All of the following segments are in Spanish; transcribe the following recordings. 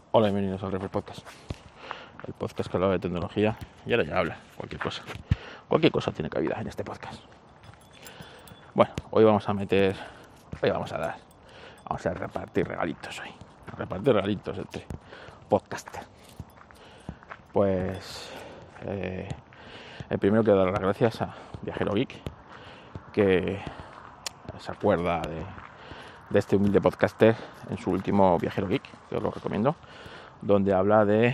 Hola, bienvenidos al Refresh Podcast, el podcast que habla de tecnología y ahora ya habla cualquier cosa. Cualquier cosa tiene cabida en este podcast. Bueno, hoy vamos a repartir regalitos hoy. A repartir regalitos entre podcaster. Pues el primero quiero dar las gracias a Viajero Geek, que se acuerda de este humilde podcaster en su último Viajero Geek, que os lo recomiendo, donde habla de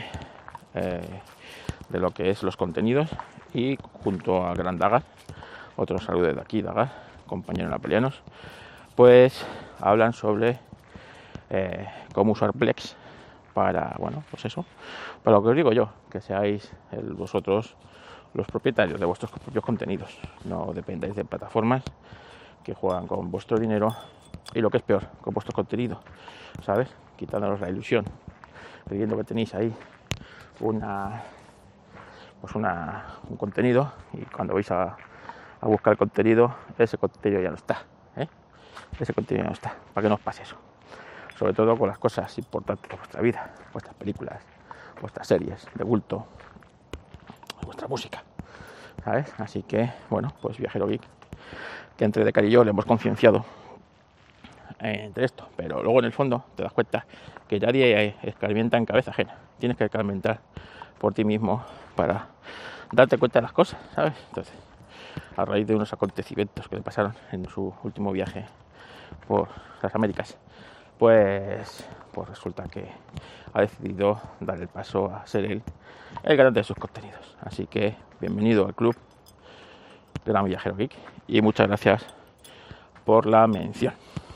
lo que es los contenidos, y junto a Gran Dagar, otro saludo de aquí, Dagar, compañero en Apelianos, pues hablan sobre cómo usar Plex para, bueno, pues eso, para lo que os digo yo, que seáis vosotros los propietarios de vuestros propios contenidos, no dependáis de plataformas que juegan con vuestro dinero y, lo que es peor, con vuestro contenido, ¿sabes? Quitándonos la ilusión, creyendo que tenéis ahí un contenido, y cuando vais a buscar el contenido, ese contenido ya no está, ese contenido ya no está. ¿Para qué nos pase eso? Sobre todo con las cosas importantes de vuestra vida, vuestras películas, vuestras series de culto, vuestra música, ¿sabes? Así que, bueno, pues Viajero Geek, que entre Decar y yo le hemos concienciado entre esto, pero luego en el fondo te das cuenta que nadie escarmienta en cabeza ajena. Tienes que escarmentar por ti mismo para darte cuenta de las cosas, ¿sabes? Entonces, a raíz de unos acontecimientos que le pasaron en su último viaje por las Américas, pues resulta que ha decidido dar el paso a ser él el garante de sus contenidos. Así que bienvenido al club Gran Viajero Geek y muchas gracias por la mención.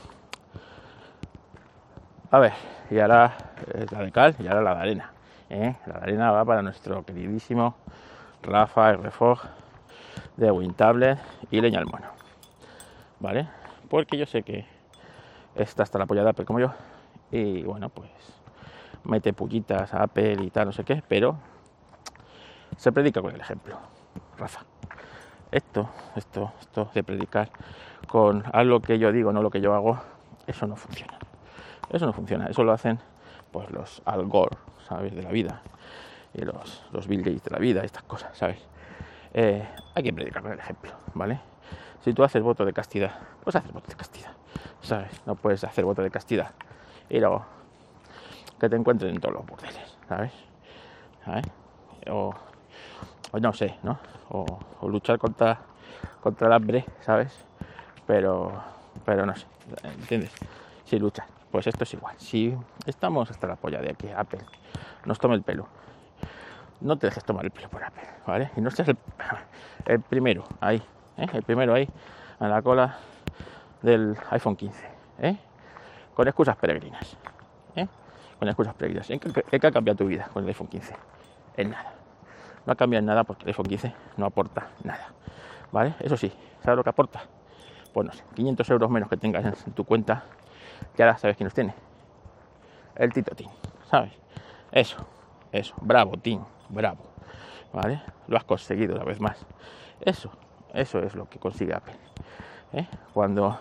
A ver, y ahora la de cal y ahora la de arena. La de arena va para nuestro queridísimo Rafa RFOG de WinTablet y Leña al Mono, ¿vale? Porque yo sé que está hasta la polla de Apple como yo, y bueno, pues mete pullitas a Apple y tal, no sé qué, pero se predica con el ejemplo, Rafa. Esto de predicar con haz lo que yo digo, no lo que yo hago, eso no funciona. Eso no funciona, eso lo hacen pues los Al Gore, ¿sabes? De la vida, y los Bill Gates de la vida, estas cosas, ¿sabes? Hay que predicar con el ejemplo, ¿vale? Si tú haces voto de castidad, pues haces voto de castidad, ¿sabes? No puedes hacer voto de castidad y luego que te encuentren en todos los burdeles, ¿sabes? O no sé, ¿no? O luchar contra el hambre, ¿sabes? Pero no sé, ¿entiendes? Si luchas, pues esto es igual. Si estamos hasta la polla de que Apple nos tome el pelo, no te dejes tomar el pelo por Apple, ¿vale? Y no seas el primero ahí, el primero ahí a la cola del iPhone 15, con excusas peregrinas, con excusas peregrinas. ¿En qué ha cambiado tu vida con el iPhone 15? En nada. No ha cambiado en nada, porque el iPhone 15 no aporta nada, ¿vale? Eso sí, ¿sabes lo que aporta? Pues no sé, 500 euros menos que tengas en tu cuenta, que ahora sabes quién los tiene. El Tito Tin, ¿sabes? Eso, bravo, Tin, bravo, ¿vale? Lo has conseguido una vez más. Eso es lo que consigue Apple, cuando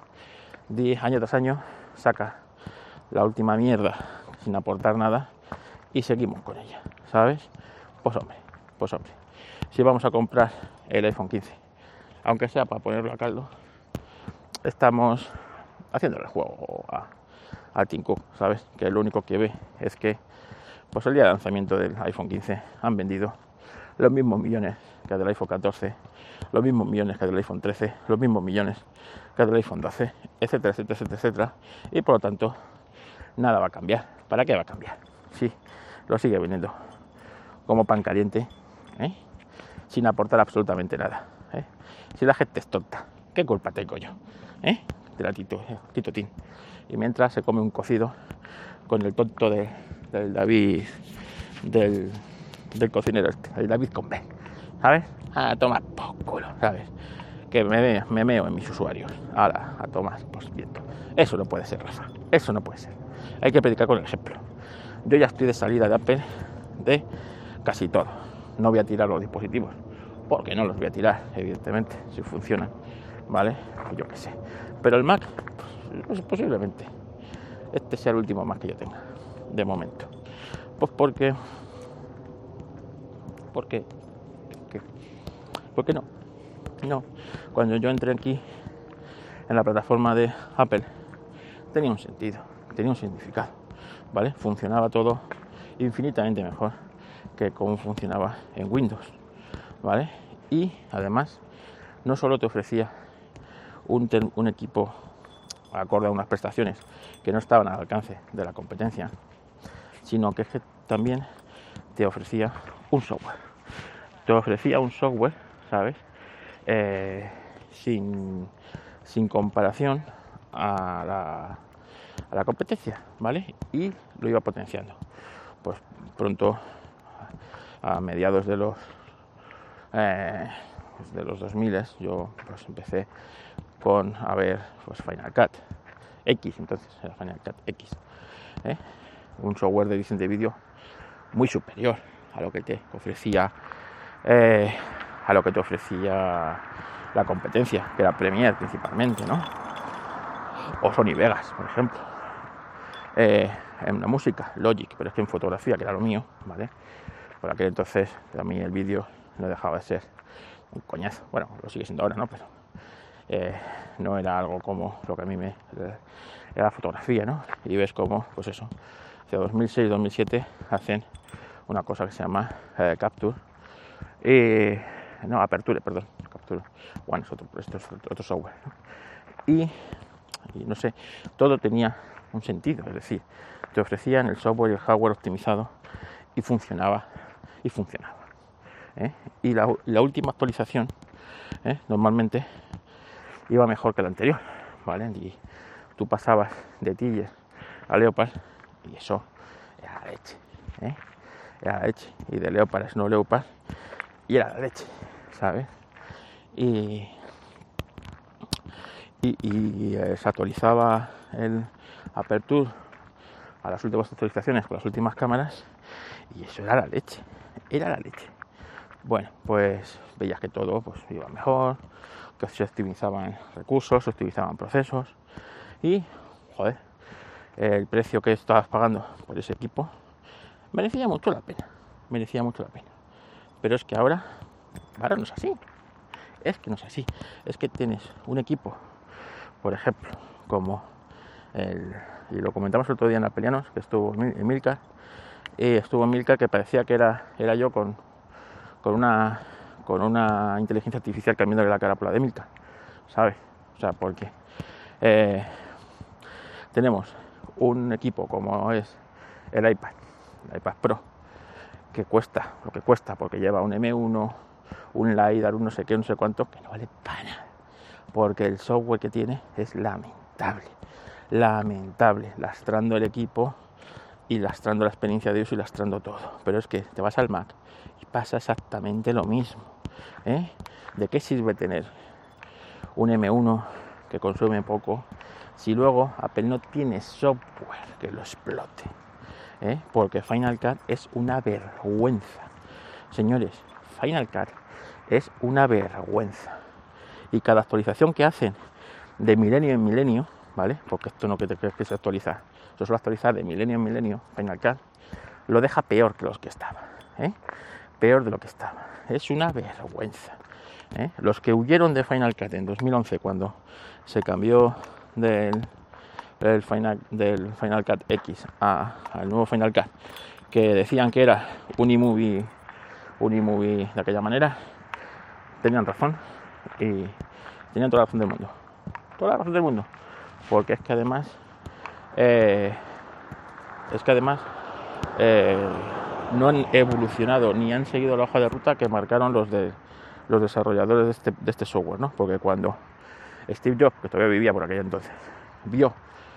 año tras año saca la última mierda sin aportar nada y seguimos con ella, ¿sabes? Pues hombre, si vamos a comprar el iPhone 15, aunque sea para ponerlo a caldo, estamos haciendo el juego a Tim Cook, ¿sabes? Que lo único que ve es que pues el día de lanzamiento del iPhone 15 han vendido los mismos millones que del iPhone 14, los mismos millones que del iPhone 13, los mismos millones que del iPhone 12, etcétera, etcétera, etcétera, etcétera, y por lo tanto nada va a cambiar. ¿Para qué va a cambiar? Sí, lo sigue vendiendo como pan caliente, sin aportar absolutamente nada. Si la gente es tonta, ¿qué culpa tengo yo? De la Tito Tin. Y mientras se come un cocido con el tonto del David, del cocinero el David con B, ¿sabes? A tomar por culo, ¿sabes? Que me meo en mis usuarios. A tomar por viento. Eso no puede ser, Rafa. Eso no puede ser. Hay que predicar con el ejemplo. Yo ya estoy de salida de Apple de casi todo. No voy a tirar los dispositivos, porque no los voy a tirar, evidentemente, si funcionan, ¿vale? Pues yo qué sé. Pero el Mac, pues posiblemente este sea el último Mac que yo tenga, de momento. Pues porque no. No, cuando yo entré aquí en la plataforma de Apple tenía un sentido, tenía un significado, ¿vale? Funcionaba todo infinitamente mejor que como funcionaba en Windows, ¿vale? Y además no solo te ofrecía un equipo acorde a unas prestaciones que no estaban al alcance de la competencia, sino que también te ofrecía un software. Te ofrecía un software, ¿sabes? Sin comparación a la competencia, ¿vale? Y lo iba potenciando. Pues pronto, a mediados de los 2000, yo pues empecé con a ver pues Final Cut X, entonces era Final Cut X, un software de edición de vídeo muy superior a lo que te ofrecía la competencia, que era Premiere principalmente, ¿no? O Sony Vegas, por ejemplo. En la música, Logic, pero es que en fotografía, que era lo mío, ¿vale? Por aquel entonces, a mí el vídeo no dejaba de ser un coñazo. Bueno, lo sigue siendo ahora, ¿no? Pero no era algo como lo que a mí era la fotografía, ¿no? Y ves cómo, pues eso, hacia 2006-2007 hacen una cosa que se llama Capture. Aperture, perdón. Capture One es otro software, ¿no? Y no sé, todo tenía un sentido, es decir, te ofrecían el software y el hardware optimizado y funcionaba. Y la última actualización normalmente iba mejor que la anterior, ¿vale? Y tú pasabas de Tiger a Leopard y eso era la leche, era la leche, y de Leopard a Snow Leopard y era la leche, ¿sabes? Y se actualizaba el Aperture a las últimas actualizaciones con las últimas cámaras y eso era la leche. Bueno, pues veías que todo pues iba mejor, que se optimizaban recursos, se optimizaban procesos y, joder, el precio que estabas pagando por ese equipo merecía mucho la pena. Pero es que ahora no es así. Es que tienes un equipo, por ejemplo, como y lo comentamos el otro día en Apelianos, que estuvo en Milcar, que parecía que era yo con una inteligencia artificial cambiándole la cara por la de Milcar, ¿sabes? O sea, porque tenemos un equipo como es el iPad Pro, que cuesta lo que cuesta, porque lleva un M1, un LiDAR, un no sé qué, no sé cuánto, que no vale para nada, porque el software que tiene es lamentable, lastrando el equipo y lastrando la experiencia de uso y lastrando todo. Pero es que te vas al Mac y pasa exactamente lo mismo, ¿De qué sirve tener un M1 que consume poco si luego Apple no tiene software que lo explote? Porque Final Cut es una vergüenza, señores. Final Cut es una vergüenza, y cada actualización que hacen de milenio en milenio, ¿vale? Porque esto no que te crees que se actualiza, eso suele actualizar de milenio en milenio. Final Cut lo deja peor que los que estaban, peor de lo que estaba. Es una vergüenza. Los que huyeron de Final Cut en 2011, cuando se cambió del Final Cut X al nuevo Final Cut, que decían que era un iMovie de aquella manera, tenían razón, y tenían toda la razón del mundo, porque es que además no han evolucionado ni han seguido la hoja de ruta que marcaron los desarrolladores de este software, ¿no? Porque cuando Steve Jobs, que todavía vivía por aquella entonces, vio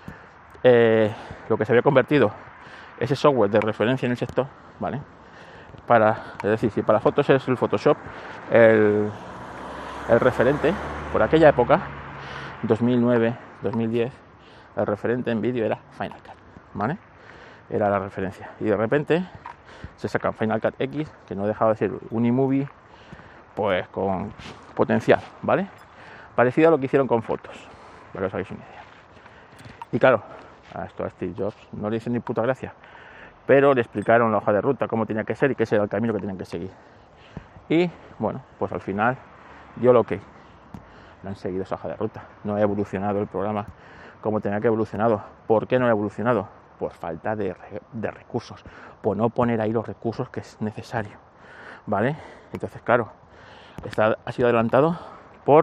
lo que se había convertido ese software de referencia en el sector, ¿vale? Es decir, si para fotos es el Photoshop el referente, por aquella época, 2009, 2010, el referente en vídeo era Final Cut, ¿vale? Era la referencia. Y de repente se sacan Final Cut X, que no dejaba de ser un iMovie, pues con potencial, ¿vale? Parecido a lo que hicieron con fotos, para que os hagáis una idea. Y claro, a Steve Jobs no le dicen ni puta gracia pero le explicaron la hoja de ruta, cómo tenía que ser y qué era el camino que tenían que seguir. Y bueno, pues al final dio lo que no han seguido esa hoja de ruta, no ha evolucionado el programa como tenía que evolucionado. ¿Por qué no ha evolucionado? Por falta de recursos, por no poner ahí los recursos que es necesario, ¿vale? Entonces, claro, ha sido adelantado por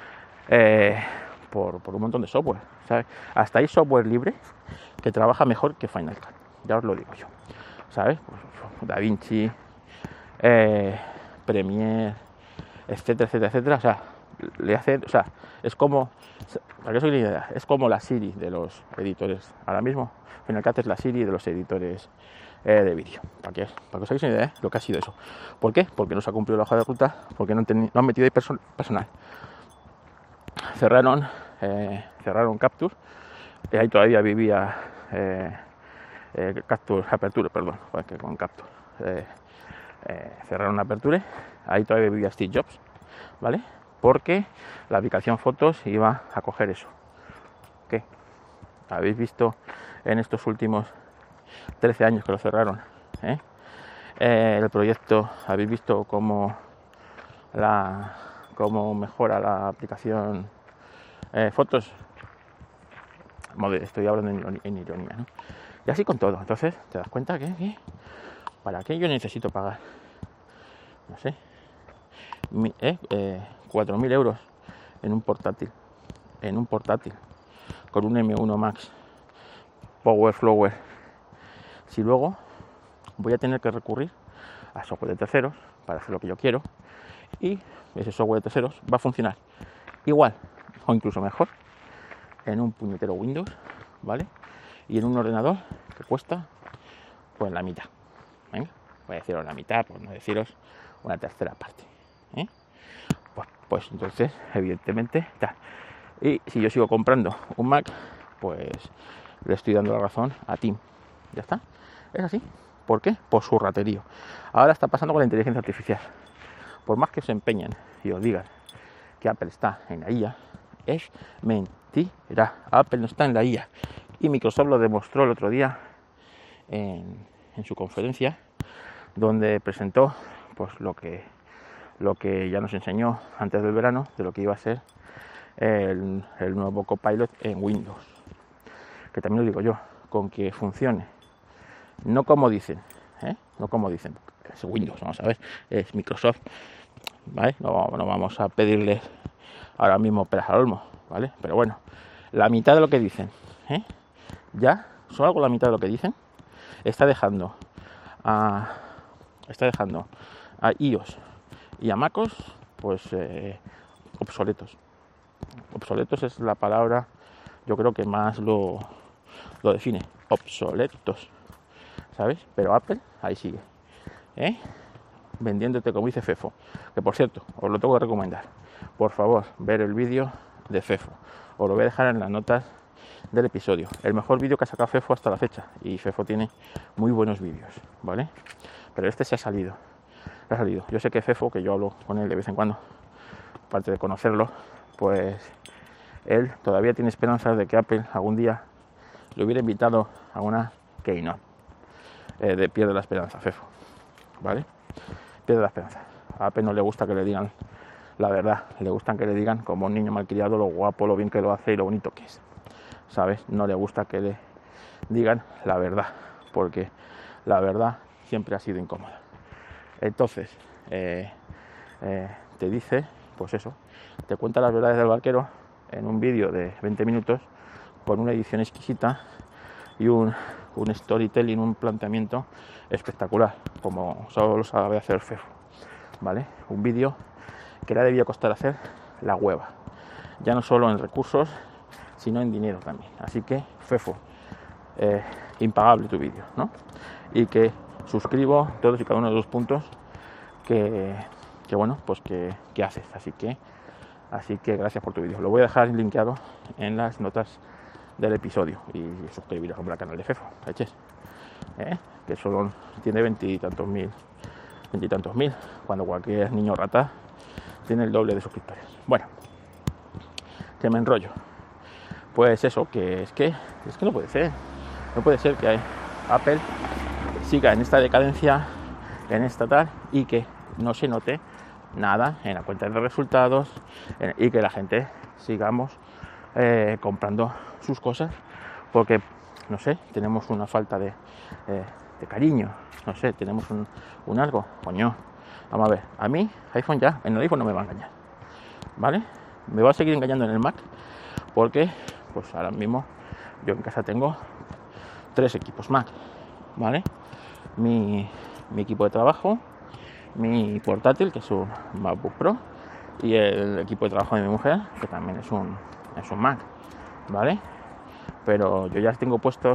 un montón de software, ¿sabes? Hasta hay software libre que trabaja mejor que Final Cut, ya os lo digo yo, ¿sabes? Pues, DaVinci, Premiere, etcétera, etcétera, etcétera. O sea, es como, para que os hagáis una idea, es como la Siri de los editores. Ahora mismo, Final Cut es la Siri de los editores de vídeo. Para que os hagáis una idea lo que ha sido eso. ¿Por qué? Porque no se ha cumplido la hoja de ruta, porque no han metido ahí personal. Cerraron Capture, y ahí todavía vivía Capture, Aperture, perdón, que con Capture. Cerraron Aperture, ahí todavía vivía Steve Jobs, ¿vale? Porque la aplicación Fotos iba a coger eso. ¿Qué? ¿Habéis visto en estos últimos 13 años que lo cerraron? El proyecto, ¿habéis visto cómo mejora la aplicación Fotos? Estoy hablando en ironía, ¿no? Y así con todo. Entonces te das cuenta que ¿para qué yo necesito pagar? No sé, 4.000 euros en un portátil, con un M1 Max Powerflower, si luego voy a tener que recurrir a software de terceros para hacer lo que yo quiero, y ese software de terceros va a funcionar igual o incluso mejor en un puñetero Windows, ¿vale? Y en un ordenador que cuesta pues la mitad. Venga, voy a deciros la mitad, por no deciros una tercera parte. Pues entonces, evidentemente, está. Y si yo sigo comprando un Mac, pues le estoy dando la razón a Tim. Ya está. Es así. ¿Por qué? Por su raterío. Ahora está pasando con la inteligencia artificial. Por más que se empeñen y os digan que Apple está en la IA, es mentira. Apple no está en la IA. Y Microsoft lo demostró el otro día en su conferencia, donde presentó pues lo que ya nos enseñó antes del verano de lo que iba a ser el nuevo Copilot en Windows, que también lo digo yo, con que funcione, no como dicen, es Windows, vamos a ver, es Microsoft, ¿vale? No vamos a pedirle ahora mismo peras al olmo, ¿vale? Pero bueno, la mitad de lo que dicen, ya, solo con la mitad de lo que dicen, está dejando a iOS y a MacOS pues obsoletos. Obsoletos es la palabra, yo creo que más lo define, obsoletos, ¿sabes? Pero Apple ahí sigue, vendiéndote, como dice Fefo, que por cierto, os lo tengo que recomendar, por favor, ver el vídeo de Fefo, os lo voy a dejar en las notas del episodio, el mejor vídeo que ha sacado Fefo hasta la fecha, y Fefo tiene muy buenos vídeos, ¿vale? Pero este se ha salido. Yo sé que Fefo, que yo hablo con él de vez en cuando, aparte de conocerlo, pues él todavía tiene esperanzas de que Apple algún día le hubiera invitado a una keynote. Pierde la esperanza, Fefo, ¿vale? Pierde la esperanza. A Apple no le gusta que le digan la verdad, le gustan que le digan, como un niño malcriado, lo guapo, lo bien que lo hace y lo bonito que es, ¿sabes? No le gusta que le digan la verdad, porque la verdad siempre ha sido incómoda. Entonces, te dice, pues eso, te cuenta las verdades del barquero en un vídeo de 20 minutos con una edición exquisita y un storytelling, un planteamiento espectacular, como solo sabe hacer Fefo, ¿vale? Un vídeo que le debía costar hacer la hueva, ya no solo en recursos, sino en dinero también. Así que, Fefo, impagable tu vídeo, ¿no? Y que suscribo todos y cada uno de los puntos que bueno, pues que haces. Así que gracias por tu vídeo. Lo voy a dejar linkeado en las notas del episodio y suscribiros al canal de Fefo, que solo tiene 20 y tantos mil, cuando cualquier niño rata tiene el doble de suscriptores. Bueno, que me enrollo. Pues eso, que es que no puede ser que Apple siga en esta decadencia, en esta tal, y que no se note nada en la cuenta de resultados, y que la gente sigamos comprando sus cosas, porque no sé, tenemos una falta de cariño, no sé, tenemos un algo, coño. Vamos a ver, a mí iPhone ya, en el iPhone no me va a engañar, ¿vale? Me va a seguir engañando en el Mac, porque pues ahora mismo yo en casa tengo 3 equipos Mac, ¿vale? Mi equipo de trabajo, mi portátil, que es un MacBook Pro, y el equipo de trabajo de mi mujer, que también es un Mac, ¿vale? Pero yo ya tengo puesto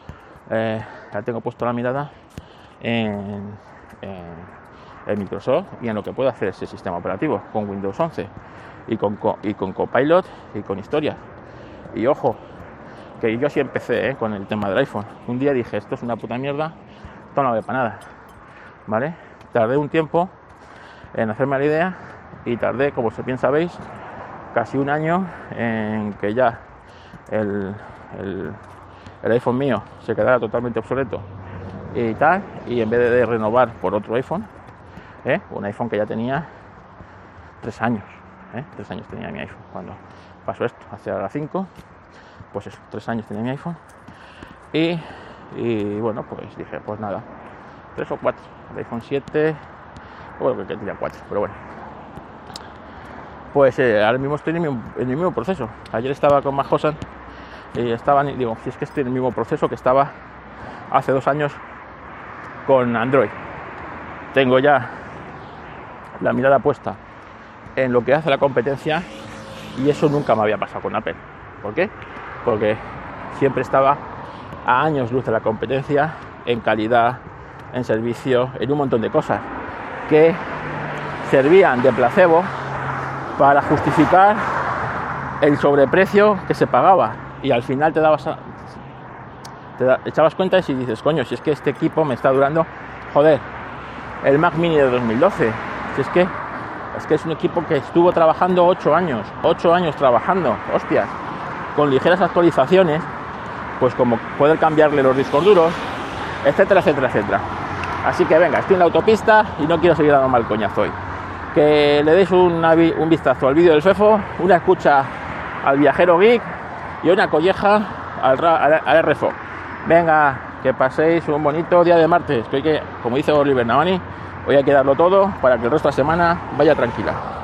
la mirada en Microsoft y en lo que puede hacer ese sistema operativo con Windows 11 y con Copilot y con historias. Y ojo, que yo sí empecé con el tema del iPhone. Un día dije, esto es una puta mierda, esto no vale para nada, ¿vale? Tardé un tiempo en hacerme la idea y tardé, como bien sabéis, casi un año en que ya el iPhone mío se quedara totalmente obsoleto y tal, y en vez de renovar por otro iPhone, un iPhone que ya tenía 3 años, 3 años tenía mi iPhone cuando pasó esto, hacia la 5, pues eso, 3 años tenía mi iPhone, y bueno, pues dije, pues nada, 3 o 4, el iPhone 7, bueno, que tenía 4, pero bueno, pues ahora mismo estoy en el mismo proceso. Ayer estaba con Majosan y digo, si es que estoy en el mismo proceso que estaba hace 2 años con Android. Tengo ya la mirada puesta en lo que hace la competencia, y eso nunca me había pasado con Apple. ¿Por qué? Porque siempre estaba a años luz de la competencia en calidad, en servicio, en un montón de cosas que servían de placebo para justificar el sobreprecio que se pagaba, y al final te echabas cuenta y dices, coño, si es que este equipo me está durando, joder, el Mac Mini de 2012, si es que es un equipo que estuvo trabajando 8 años trabajando, hostias, con ligeras actualizaciones, pues como poder cambiarle los discos duros, etcétera, etcétera, etcétera. Así que venga, estoy en la autopista y no quiero seguir dando mal coñazo hoy. Que le deis un vistazo al vídeo del FEFO, una escucha al viajero geek y una colleja al RFO. Venga, que paséis un bonito día de martes, que hoy, como dice Oliver Navani, hoy hay que darlo todo para que el resto de la semana vaya tranquila.